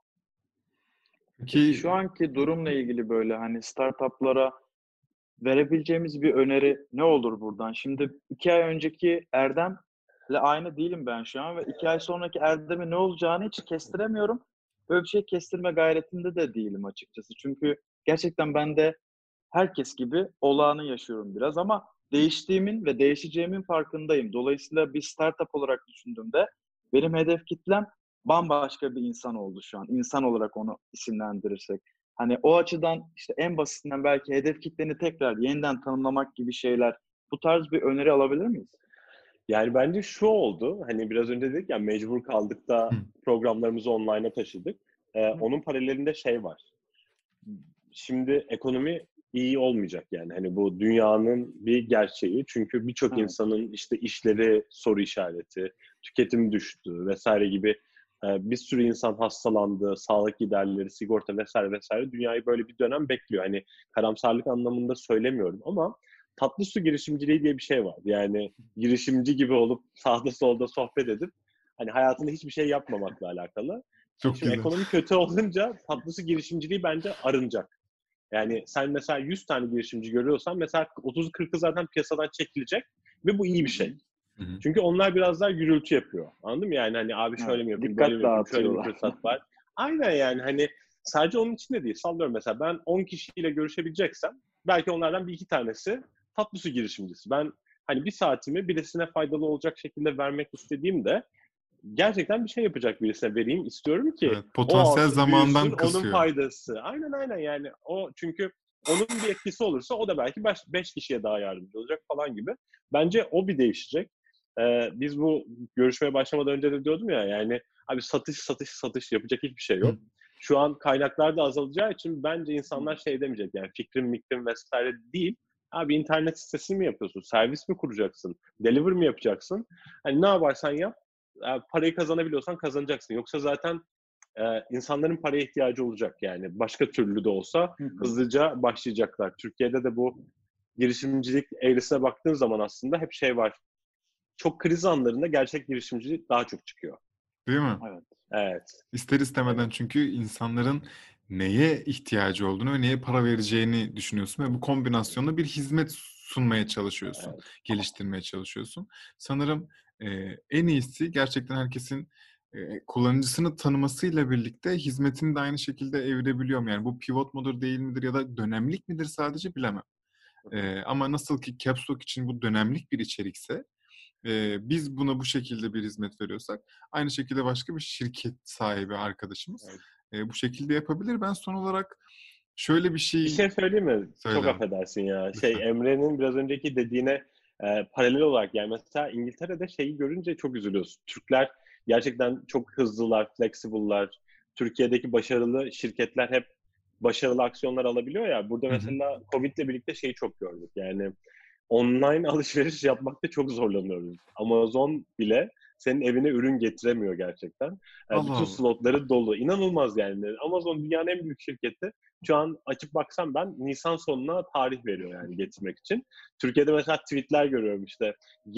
Peki şu anki durumla ilgili böyle hani startuplara verebileceğimiz bir öneri ne olur buradan? Şimdi iki ay önceki Erdem'le aynı değilim ben şu an ve iki ay sonraki Erdem'e ne olacağını hiç kestiremiyorum. Böyle bir şey kestirme gayretinde de değilim açıkçası. Çünkü gerçekten ben de herkes gibi olağanı yaşıyorum biraz ama değiştiğimin ve değişeceğimin farkındayım. Dolayısıyla bir startup olarak düşündüğümde benim hedef kitlem bambaşka bir insan oldu şu an. İnsan olarak onu isimlendirirsek. Hani o açıdan işte en basitinden belki hedef kitleni tekrar yeniden tanımlamak gibi şeyler. Bu tarz bir öneri alabilir miyiz? Yani bence şu oldu. Hani biraz önce dedik ya mecbur kaldık da programlarımızı online'a taşıdık. Ee, onun paralelinde şey var. Şimdi ekonomi iyi olmayacak yani. Hani bu dünyanın bir gerçeği. Çünkü birçok evet. insanın işte işleri soru işareti, tüketim düştü vesaire gibi bir sürü insan hastalandı, sağlık giderleri, sigorta vesaire vesaire dünyayı böyle bir dönem bekliyor. Hani karamsarlık anlamında söylemiyorum ama tatlı su girişimciliği diye bir şey var. Yani girişimci gibi olup sağda solda sohbet edip hani hayatında hiçbir şey yapmamakla alakalı. Çok Şimdi güzel. Ekonomi kötü olunca tatlı su girişimciliği bence arınacak. Yani sen mesela yüz tane girişimci görüyorsan mesela otuz kırkı zaten piyasadan çekilecek ve bu iyi bir şey. Hı hı. Çünkü onlar biraz daha gürültü yapıyor. Anladın mı? Yani hani abi şöyle mi yapayım, böyle mi yapayım, şöyle bir fırsat var. Aynen yani hani sadece onun için de değil. Sallıyorum mesela ben on kişiyle görüşebileceksem belki onlardan bir iki tanesi tatlı su girişimcisi. Ben hani bir saatimi birisine faydalı olacak şekilde vermek istediğimde gerçekten bir şey yapacak birisine vereyim istiyorum ki Evet, o potansiyel alsın, zamandan büyüsün, onun kısıyor. faydası. Aynen aynen yani o çünkü onun bir etkisi olursa o da belki beş kişiye daha yardımcı olacak falan gibi. Bence o bir değişecek. Ee, biz bu görüşmeye başlamadan önce de diyordum ya yani abi satış satış satış yapacak hiçbir şey yok. Hı. Şu an kaynaklar da azalacağı için bence insanlar şey demeyecek yani fikrim mikrim vesaire değil. Abi internet sitesi mi yapıyorsun? Servis mi kuracaksın? Deliver mi yapacaksın? Hani ne yaparsan yap. Parayı kazanabiliyorsan kazanacaksın. Yoksa zaten e, insanların paraya ihtiyacı olacak yani. Başka türlü de olsa hızlıca başlayacaklar. Türkiye'de de bu girişimcilik eğrisine baktığın zaman aslında hep şey var. Çok kriz anlarında gerçek girişimcilik daha çok çıkıyor. Değil mi? Evet. Evet. İster istemeden Evet. çünkü insanların neye ihtiyacı olduğunu ve neye para vereceğini düşünüyorsun ve bu kombinasyonla bir hizmet sunmaya çalışıyorsun, Evet. geliştirmeye çalışıyorsun. Sanırım e, en iyisi gerçekten herkesin e, kullanıcısını tanımasıyla birlikte hizmetini de aynı şekilde evirebiliyorum. Yani bu pivot mudur değil midir ya da dönemlik midir sadece bilemem. E, ama nasıl ki Caps Lock için bu dönemlik bir içerikse Ee, biz buna bu şekilde bir hizmet veriyorsak aynı şekilde başka bir şirket sahibi arkadaşımız Evet. e, bu şekilde yapabilir. Ben son olarak şöyle bir Bir şey şey söyleyeyim mi? Çok söyle. affedersin ya. Şey Lütfen. Emre'nin biraz önceki dediğine e, paralel olarak yani mesela İngiltere'de şeyi görünce çok üzülüyorsun. Türkler gerçekten çok hızlılar, flexible'lar. Türkiye'deki başarılı şirketler hep başarılı aksiyonlar alabiliyor ya. Burada Hı hı. mesela Covid'le birlikte şeyi çok gördük. Yani online alışveriş yapmakta çok zorlanıyoruz. Amazon bile senin evine ürün getiremiyor gerçekten. Yani Allah bütün Allah. slotları dolu. İnanılmaz yani. Amazon dünyanın en büyük şirketi. Şu an açıp baksam ben Nisan sonuna tarih veriyor yani getirmek için. Türkiye'de mesela tweetler görüyorum işte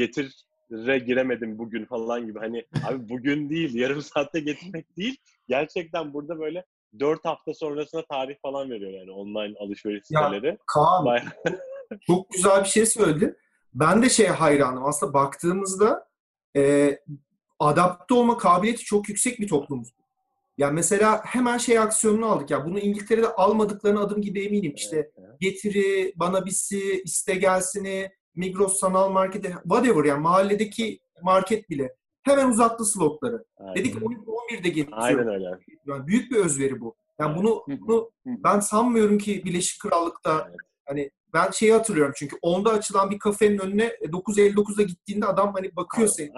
getire giremedim bugün falan gibi. Hani abi bugün değil, yarım saatte getirmek değil. Gerçekten burada böyle dört hafta sonrasına tarih falan veriyor yani online alışveriş Ya siteleri. Kaan Bayağı... çok güzel bir şey söyledin. Ben de şeye hayranım. Aslında baktığımızda e, adapte olma kabiliyeti çok yüksek bir toplumuz. Yani mesela hemen şey aksiyonunu aldık. Ya bunu İngiltere'de almadıklarına adım gibi eminim. İşte Getiri, Bana Bisi, İste Gelsin'i, Migros Sanal Market'e, whatever yani mahalledeki market bile hemen uzattı slotları. Dedik Aynen. on iki on birde getiriyorum. Aynen öyle. Yani büyük bir özveri bu. Yani Evet. bunu, bunu ben sanmıyorum ki Birleşik Krallık'ta Evet. hani ben şeyi hatırlıyorum çünkü onda açılan bir kafenin önüne dokuz elli dokuzda gittiğinde adam hani bakıyor seni.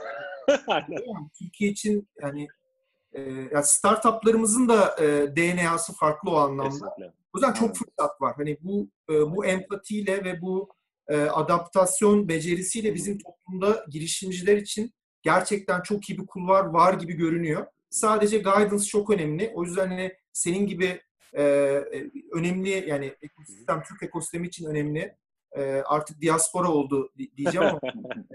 Aynen. Yani Türkiye için yani e, yani startuplarımızın da e, D N A'sı farklı o anlamda. Kesinlikle. O yüzden çok Evet. fırsat var. Hani bu e, bu empatiyle ve bu e, adaptasyon becerisiyle bizim toplumda girişimciler için gerçekten çok iyi bir kulvar var gibi görünüyor. Sadece guidance çok önemli. O yüzden hani senin gibi e, e, önemli yani ekosistem, Türk ekosistemi için önemli. E, artık diaspora oldu di- diyeceğim ama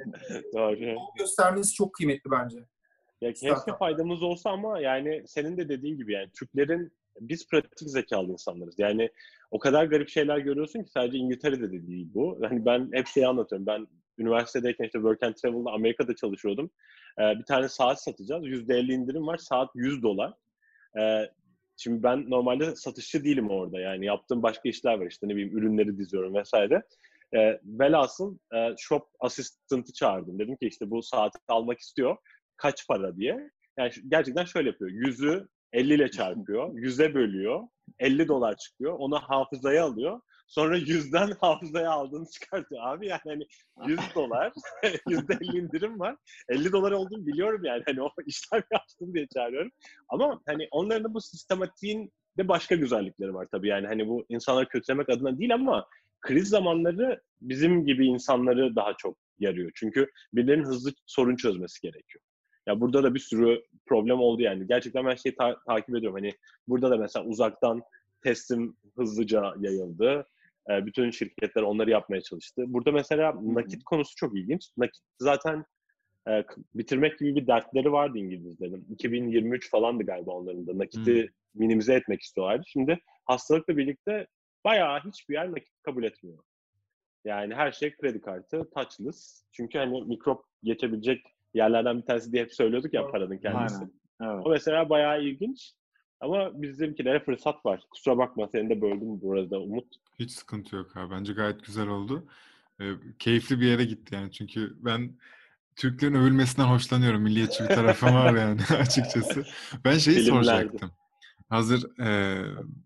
Doğru. yol göstermeniz çok kıymetli bence. Ya keşke Startup. faydamız olsa ama yani senin de dediğin gibi yani Türklerin biz pratik zekalı insanlarız. Yani o kadar garip şeyler görüyorsun ki sadece İngiltere'de de değil bu. Yani ben hep şeyi anlatıyorum. Ben üniversitedeyken işte Work and Travel'da Amerika'da çalışıyordum. Ee, bir tane saat satacağız. yüzde elli indirim var. Saat yüz dolar. Ee, şimdi ben normalde satışçı değilim orada. Yani yaptığım başka işler var. İşte ne bileyim ürünleri diziyorum vesaire. Ee, velhasıl e, shop assistant'ı çağırdım. Dedim ki işte bu saati almak istiyor. Kaç para diye. Yani gerçekten şöyle yapıyor. Yüzü elli ile çarpıyor. Yüze bölüyor. elli dolar çıkıyor. Onu hafızaya alıyor. Sonra yüzden hafızaya aldığını çıkartıyor. Abi yani hani yüz dolar, yüzde elli indirim var. elli dolar olduğunu biliyorum yani. Hani o işlem yaptım diye çağırıyorum. Ama hani onların da bu sistematiğin de başka güzellikleri var tabii. Yani hani bu insanları kötülemek adına değil ama kriz zamanları bizim gibi insanları daha çok yarıyor. Çünkü birilerinin hızlı sorun çözmesi gerekiyor. Ya burada da bir sürü problem oldu yani. Gerçekten ben şeyi ta- takip ediyorum. Hani burada da mesela uzaktan teslim hızlıca yayıldı. E, bütün şirketler onları yapmaya çalıştı. Burada mesela nakit konusu çok ilginç. Nakit zaten e, bitirmek gibi bir dertleri vardı İngilizlerin. iki bin yirmi üç falandı galiba onların da. Nakiti hmm. minimize etmek istiyorlardı. Şimdi hastalıkla birlikte bayağı hiçbir yer nakit kabul etmiyor. Yani her şey kredi kartı, touchless. Çünkü hani mikrop geçebilecek yerlerden bir tanesi diye hep söylüyorduk ya paranın kendisi. Aynen. Evet. O mesela bayağı ilginç. Ama bizimkilere fırsat var. Kusura bakma seni de böldüm burada Umut. Hiç sıkıntı yok abi. Bence gayet güzel oldu. e, keyifli bir yere gitti yani. Çünkü ben Türklerin övülmesinden hoşlanıyorum. Milliyetçi bir tarafım var yani açıkçası. Ben şeyi Filmlerde. soracaktım. Hazır e,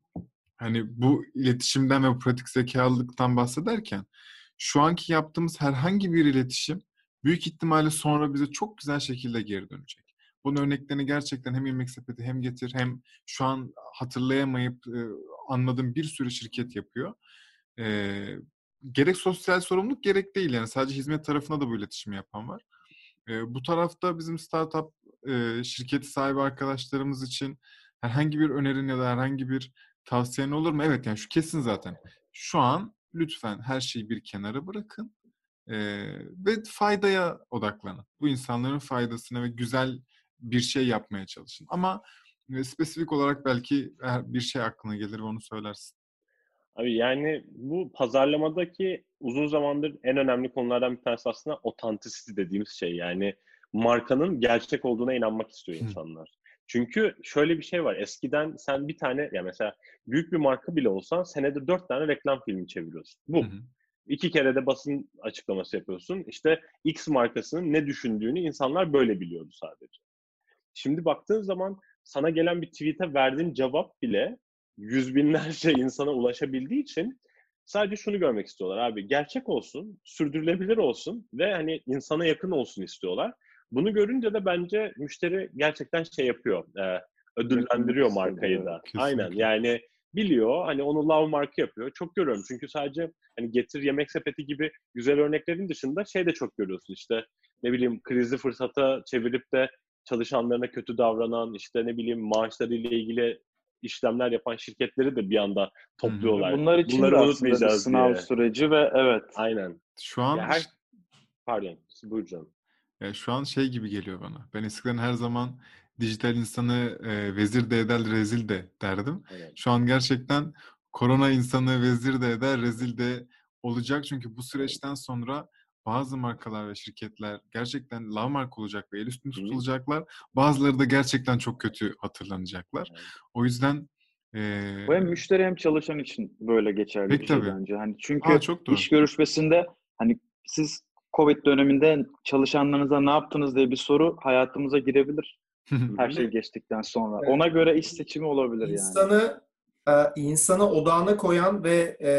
hani bu iletişimden ve bu pratik zekalılıktan bahsederken şu anki yaptığımız herhangi bir iletişim büyük ihtimalle sonra bize çok güzel şekilde geri dönecek. Bunun örneklerini gerçekten hem Yemek Sepeti hem Getir hem şu an hatırlayamayıp e, anladığım bir sürü şirket yapıyor. E, gerek sosyal sorumluluk gerek değil yani sadece hizmet tarafına da bu iletişimi yapan var. E, bu tarafta bizim startup e, şirketi sahibi arkadaşlarımız için herhangi bir önerin ya da herhangi bir tavsiyen olur mu? Evet yani şu kesin zaten. Şu an lütfen her şeyi bir kenara bırakın e, ve faydaya odaklanın. Bu insanların faydasına ve güzel bir şey yapmaya çalışın. Ama e, spesifik olarak belki bir şey aklına gelir ve onu söylersin. Abi yani bu pazarlamadaki uzun zamandır en önemli konulardan bir tanesi aslında authenticity dediğimiz şey. Yani markanın gerçek olduğuna inanmak istiyor insanlar. Çünkü şöyle bir şey var. Eskiden sen bir tane, ya mesela büyük bir marka bile olsan senede dört tane reklam filmi çeviriyorsun. Bu. İki kere de basın açıklaması yapıyorsun. İşte X markasının ne düşündüğünü insanlar böyle biliyordu sadece. Şimdi baktığın zaman sana gelen bir tweet'e verdiğin cevap bile yüz binlerce insana ulaşabildiği için sadece şunu görmek istiyorlar abi. Gerçek olsun, sürdürülebilir olsun ve hani insana yakın olsun istiyorlar. Bunu görünce de bence müşteri gerçekten şey yapıyor, e, ödüllendiriyor markayı da. Kesinlikle. Aynen yani biliyor, hani onu love marka yapıyor. Çok görüyorum çünkü sadece hani Getir, Yemek Sepeti gibi güzel örneklerin dışında şey de çok görüyorsun. İşte ne bileyim krizi fırsata çevirip de çalışanlarına kötü davranan, işte ne bileyim maaşlarıyla ilgili işlemler yapan şirketleri de bir anda topluyorlar. Bunlar için Bunları de aslında bir unutmayacağız sınav diye. süreci ve evet. Aynen. Şu an Ya her... Pardon, buyur canım. Ya şu an şey gibi geliyor bana. Ben eskiden her zaman dijital insanı e, vezir de eder, rezil de derdim. Aynen. Şu an gerçekten korona insanı vezir de eder, rezil de olacak. Çünkü bu süreçten sonra bazı markalar ve şirketler gerçekten love marka olacak ve el üstünde tutulacaklar. Bazıları da gerçekten çok kötü hatırlanacaklar. Aynen. O yüzden e, Bu hem müşteri hem çalışan için böyle geçerli pek bir şey tabii. bence. Hani çünkü Aa, çok doğru. iş görüşmesinde hani siz Covid döneminde çalışanlarınıza ne yaptınız diye bir soru hayatımıza girebilir. Her şey geçtikten sonra. Ona göre iş seçimi olabilir yani. İnsanı e, insanı odağına koyan ve e,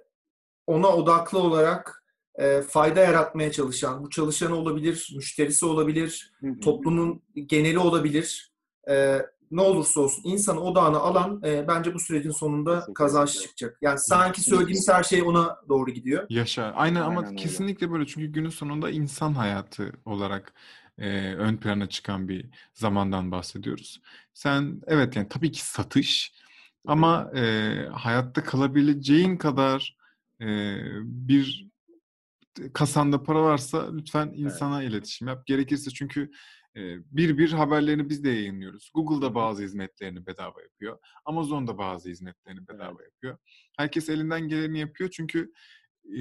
ona odaklı olarak e, fayda yaratmaya çalışan, bu çalışanı olabilir, müşterisi olabilir, Hı hı. toplumun geneli olabilir. E, ne olursa olsun insanı odağına alan e, bence bu sürecin sonunda Kesinlikle. kazanç çıkacak. Yani sanki söylediğimiz her şey ona doğru gidiyor. Yaşa. Aynen ama Aynen öyle. kesinlikle böyle. Çünkü günün sonunda insan hayatı olarak e, ön plana çıkan bir zamandan bahsediyoruz. Sen evet yani tabii ki satış ama e, hayatta kalabileceğin kadar e, bir kasanda para varsa lütfen insana iletişim yap. Gerekirse çünkü e, bir bir haberlerini biz de yayınlıyoruz. Google'da bazı hizmetlerini bedava yapıyor. Amazon'da bazı hizmetlerini bedava Evet. yapıyor. Herkes elinden geleni yapıyor çünkü e,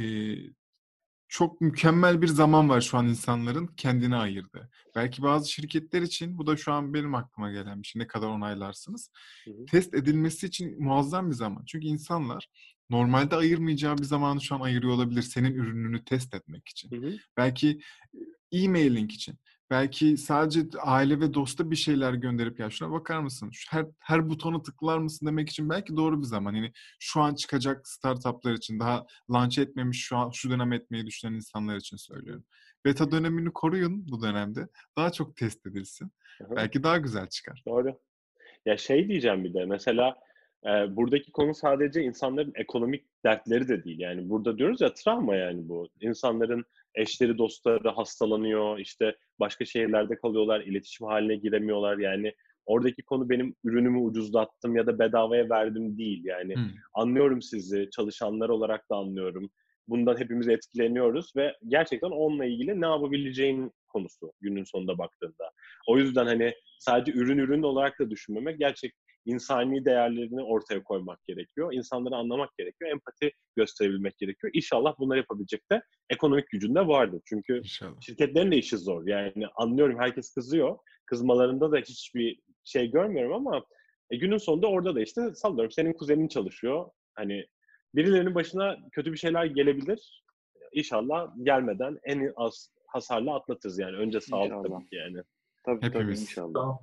çok mükemmel bir zaman var şu an insanların kendine ayırdığı. Belki bazı şirketler için bu da şu an benim aklıma gelen bir şey. Ne kadar onaylarsınız. Hı hı. Test edilmesi için muazzam bir zaman. Çünkü insanlar normalde ayırmayacağı bir zamanı şu an ayırıyor olabilir senin ürününü test etmek için. Hı hı. Belki e-mailing için. Belki sadece aile ve dosta bir şeyler gönderip ya şuna bakar mısın? Şu her her butona tıklar mısın demek için belki doğru bir zaman. Yani şu an çıkacak startuplar için daha launch etmemiş şu an şu dönem etmeyi düşünen insanlar için söylüyorum. Beta dönemini koruyun bu dönemde. Daha çok test edilsin. Hı hı. Belki daha güzel çıkar. Doğru. Ya şey diyeceğim bir de mesela e, buradaki konu sadece insanların ekonomik dertleri de değil. Yani burada diyoruz ya travma yani bu. İnsanların eşleri, dostları hastalanıyor, işte başka şehirlerde kalıyorlar, iletişim haline giremiyorlar. Yani oradaki konu benim ürünümü ucuzlattım ya da bedavaya verdim değil. Yani Hmm. anlıyorum sizi, çalışanlar olarak da anlıyorum. Bundan hepimiz etkileniyoruz ve gerçekten onunla ilgili ne yapabileceğin konusu günün sonunda baktığında. O yüzden hani sadece ürün ürün olarak da düşünmemek, gerçek insani değerlerini ortaya koymak gerekiyor. İnsanları anlamak gerekiyor. Empati gösterebilmek gerekiyor. İnşallah bunları yapabilecek de ekonomik gücünde vardır. Çünkü İnşallah. şirketlerin de işi zor. Yani anlıyorum herkes kızıyor. Kızmalarında da hiçbir şey görmüyorum ama e, günün sonunda orada da işte sallıyorum senin kuzenin çalışıyor. Hani birilerinin başına kötü bir şeyler gelebilir. inşallah gelmeden en az hasarla atlatırız yani. Önce sağlık İnşallah. tabii ki yani. Tabii Hepimiz. tabii inşallah. Tamam.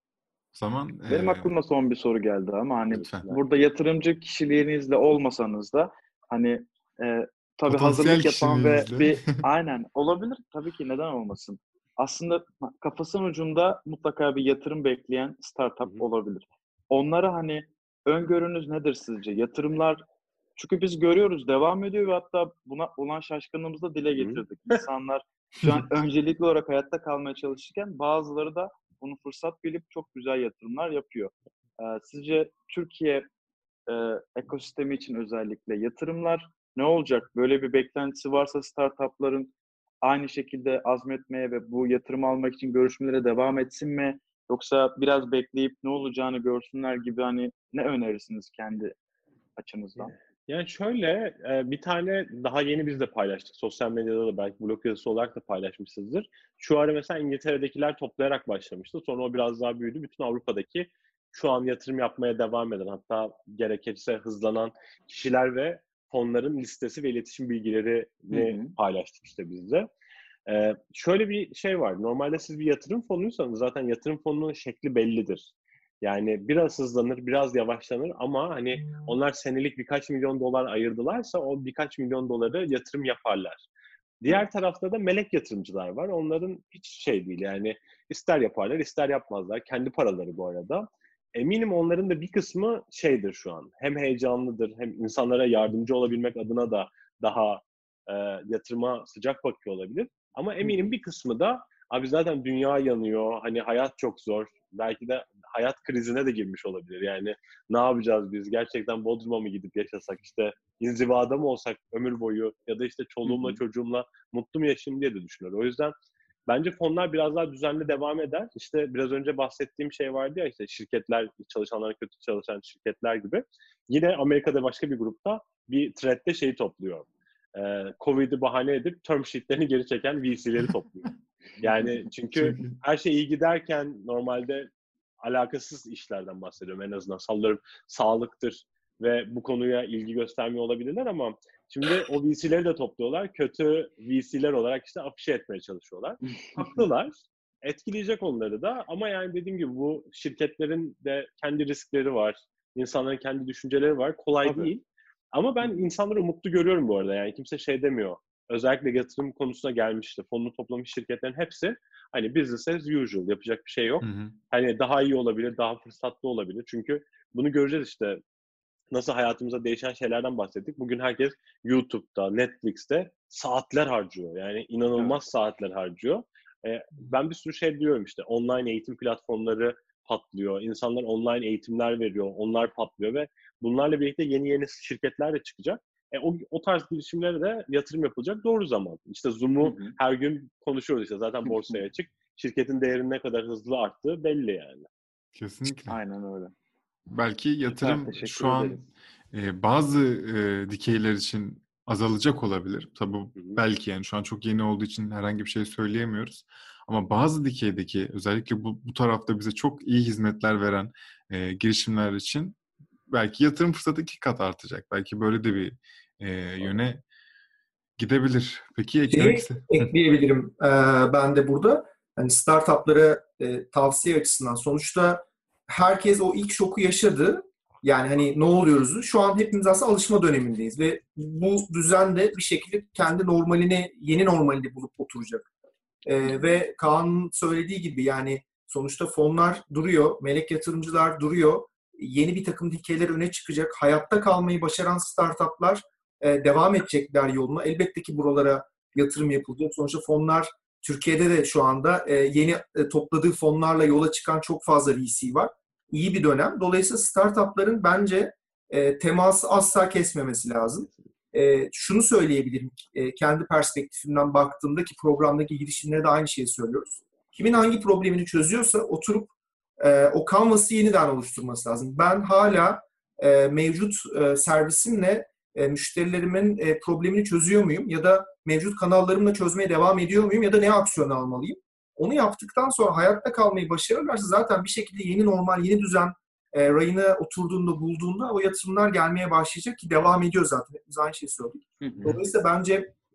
O zaman Benim e, aklıma son bir soru geldi ama hani lütfen. burada yatırımcı kişiliğinizle olmasanız da hani e, tabii Potansiyel hazırlık yapan ve kişiliğinizle. bir aynen olabilir tabii ki neden olmasın. Aslında kafasının ucunda mutlaka bir yatırım bekleyen startup Hı hı. olabilir. Onlara hani öngörünüz nedir sizce? Yatırımlar çünkü biz görüyoruz devam ediyor ve hatta buna olan şaşkınlığımızı da dile getirdik. İnsanlar şu an öncelikli olarak hayatta kalmaya çalışırken bazıları da bunu fırsat bilip çok güzel yatırımlar yapıyor. Ee, sizce Türkiye e, ekosistemi için özellikle yatırımlar ne olacak? Böyle bir beklentisi varsa startupların aynı şekilde azmetmeye ve bu yatırım almak için görüşmelere devam etsin mi? Yoksa biraz bekleyip ne olacağını görsünler gibi hani ne önerirsiniz kendi açınızdan? Yani şöyle bir tane daha yeni biz de paylaştık. Sosyal medyada da belki blog yazısı olarak da paylaşmışsınızdır. Şu ara mesela İngiltere'dekiler toplayarak başlamıştı. Sonra o biraz daha büyüdü. Bütün Avrupa'daki şu an yatırım yapmaya devam eden, hatta gerekirse hızlanan kişiler ve fonların listesi ve iletişim bilgilerini Hı hı. paylaştık işte biz de. Ee, şöyle bir şey var. Normalde siz bir yatırım fonuysanız zaten yatırım fonunun şekli bellidir. Yani biraz hızlanır, biraz yavaşlanır ama hani onlar senelik birkaç milyon dolar ayırdılarsa o birkaç milyon doları yatırım yaparlar. Diğer tarafta da melek yatırımcılar var. Onların hiç şey değil yani ister yaparlar ister yapmazlar. Kendi paraları bu arada. Eminim onların da bir kısmı şeydir şu an. Hem heyecanlıdır hem insanlara yardımcı olabilmek adına da daha e, yatırıma sıcak bakıyor olabilir. Ama eminim bir kısmı da abi zaten dünya yanıyor, hani hayat çok zor. Belki de hayat krizine de girmiş olabilir. Yani ne yapacağız biz? Gerçekten Bodrum'a mı gidip yaşasak? İşte inzivada mı olsak ömür boyu? Ya da işte çoluğumla Hı hı. çocuğumla mutlu mu yaşayayım diye de düşünüyor. O yüzden bence fonlar biraz daha düzenli devam eder. İşte biraz önce bahsettiğim şey vardı ya işte şirketler, çalışanlara kötü çalışan şirketler gibi. Yine Amerika'da başka bir grupta bir thread'de şeyi topluyor. Ee, Covid'i bahane edip term sheet'lerini geri çeken V C'leri topluyor. Yani çünkü Çünkü her şey iyi giderken normalde alakasız işlerden bahsediyorum en azından. Sallıyorum sağlıktır ve bu konuya ilgi göstermiyor olabilirler ama şimdi o V C'leri de topluyorlar. Kötü V C'ler olarak işte afişe etmeye çalışıyorlar. Haklılar. Etkileyecek onları da ama yani dediğim gibi bu şirketlerin de kendi riskleri var. İnsanların kendi düşünceleri var. Kolay Tabii. değil. Ama ben insanları umutlu görüyorum bu arada. Yani kimse şey demiyor. Özellikle yatırım konusuna gelmişti. Fonunu toplamış şirketlerin hepsi hani business as usual, yapacak bir şey yok. hı hı. Hani daha iyi olabilir, daha fırsatlı olabilir. Çünkü bunu göreceğiz işte. Nasıl hayatımıza değişen şeylerden bahsettik. Bugün herkes YouTube'da, Netflix'te saatler harcıyor. Yani inanılmaz Evet. saatler harcıyor. Ee, ben bir sürü şey diyorum işte. Online eğitim platformları patlıyor. İnsanlar online eğitimler veriyor. Onlar patlıyor ve bunlarla birlikte yeni yeni şirketler de çıkacak. E, o, o tarz girişimlere de yatırım yapılacak doğru zaman. İşte Zoom'u Hı hı. her gün konuşuyoruz işte. Zaten borsaya açık. Şirketin değerinin ne kadar hızlı arttığı belli yani. Kesinlikle. Aynen öyle. Belki Süper, yatırım teşekkür şu an ederiz. e, bazı e, dikeyler için azalacak olabilir. Tabii Hı hı. belki yani şu an çok yeni olduğu için herhangi bir şey söyleyemiyoruz. Ama bazı dikeydeki özellikle bu, bu tarafta bize çok iyi hizmetler veren e, girişimler için belki yatırım fırsatı iki kat artacak. Belki böyle de bir e, yöne gidebilir. Peki eklemek Şeyi istedim. ekleyebilirim e, ben de burada. Hani startuplara e, tavsiye açısından. Sonuçta herkes o ilk şoku yaşadı. Yani hani ne oluyoruz? Şu an hepimiz aslında alışma dönemindeyiz ve bu düzen de bir şekilde kendi normalini, yeni normalini bulup oturacak. E, ve Kaan'ın söylediği gibi yani sonuçta fonlar duruyor, melek yatırımcılar duruyor. Yeni bir takım dikeyler öne çıkacak. Hayatta kalmayı başaran startuplar e, devam edecekler yoluna. Elbette ki buralara yatırım yapılacak. Sonuçta fonlar Türkiye'de de şu anda e, yeni e, topladığı fonlarla yola çıkan çok fazla V C var. İyi bir dönem. Dolayısıyla startupların bence e, teması asla kesmemesi lazım. E, şunu söyleyebilirim. E, kendi perspektifimden baktığımda ki programdaki girişimlere de aynı şeyi söylüyoruz. Kimin hangi problemini çözüyorsa oturup e, o canvas'ı yeniden oluşturması lazım. Ben hala e, mevcut e, servisimle e, müşterilerimin e, problemini çözüyor muyum? Ya da mevcut kanallarımla çözmeye devam ediyor muyum? Ya da ne aksiyon almalıyım? Onu yaptıktan sonra hayatta kalmayı başarırlarsa zaten bir şekilde yeni normal, yeni düzen e, rayına oturduğunda, bulduğunda o yatırımlar gelmeye başlayacak ki devam ediyor zaten. Hepimiz aynı şeyi söyledik. Hı hı. Dolayısıyla bence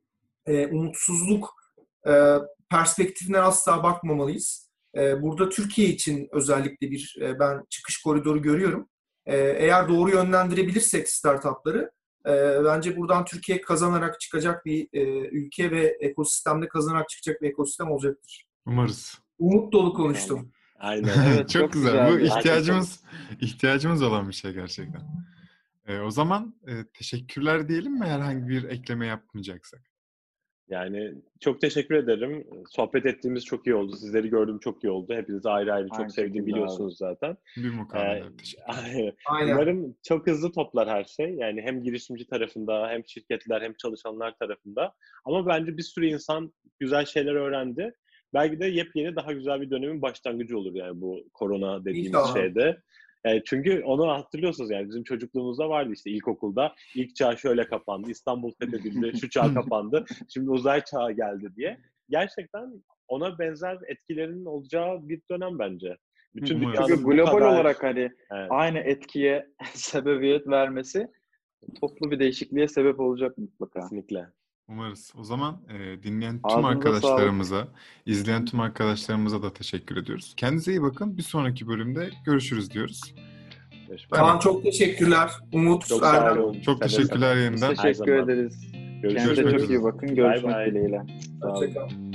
e, umutsuzluk e, perspektifinden asla bakmamalıyız. E, burada Türkiye için özellikle bir e, ben çıkış koridoru görüyorum. E, eğer doğru yönlendirebilirsek startupları, e, bence buradan Türkiye kazanarak çıkacak bir e, ülke ve ekosistemde kazanarak çıkacak bir ekosistem olacaktır. Umarız. Umut dolu konuştum. Aynen. Evet, çok, çok güzel. Bu güzeldi. ihtiyacımız ihtiyacımız olan bir şey gerçekten. E, o zaman e, teşekkürler diyelim mi herhangi bir ekleme yapmayacaksak? Yani çok teşekkür ederim. Sohbet ettiğimiz çok iyi oldu. Sizleri gördüğüm çok iyi oldu. Hepinizi ayrı ayrı çok Aynı sevdiğimi şekilde biliyorsunuz zaten. Bir mukabele. Ee, Teşekkürler. Aynen. Umarım çok hızlı toplar her şey. Yani hem girişimci tarafında, hem şirketler, hem çalışanlar tarafında. Ama bence bir sürü insan güzel şeyler öğrendi. Belki de yepyeni daha güzel bir dönemin başlangıcı olur yani bu korona dediğimiz İnşallah. şeyde. Yani çünkü onu hatırlıyorsunuz yani bizim çocukluğumuzda vardı işte ilkokulda. İlk çağ şöyle kapandı, İstanbul fethedildi, şu çağ kapandı, şimdi uzay çağı geldi diye. Gerçekten ona benzer etkilerinin olacağı bir dönem bence. Bütün Umarım. dünyanın Çünkü bu global kadar... olarak hani Evet. aynı etkiye sebebiyet vermesi toplu bir değişikliğe sebep olacak mutlaka. Kesinlikle. Umarız. O zaman e, dinleyen tüm Ağzınıza arkadaşlarımıza, izleyen tüm arkadaşlarımıza da teşekkür ediyoruz. Kendinize iyi bakın. Bir sonraki bölümde görüşürüz diyoruz. Görüşmek Bay bay. Kaan çok teşekkürler. Umut, Çok sağ Erdem. olun. Çok Seve teşekkürler seve. Biz yeniden. Her teşekkür zaman. ederiz. Görüşmek Kendinize üzere. çok iyi bakın. Bay Görüşmek bay. dileğiyle. Sağ olun. Hoşçakalın.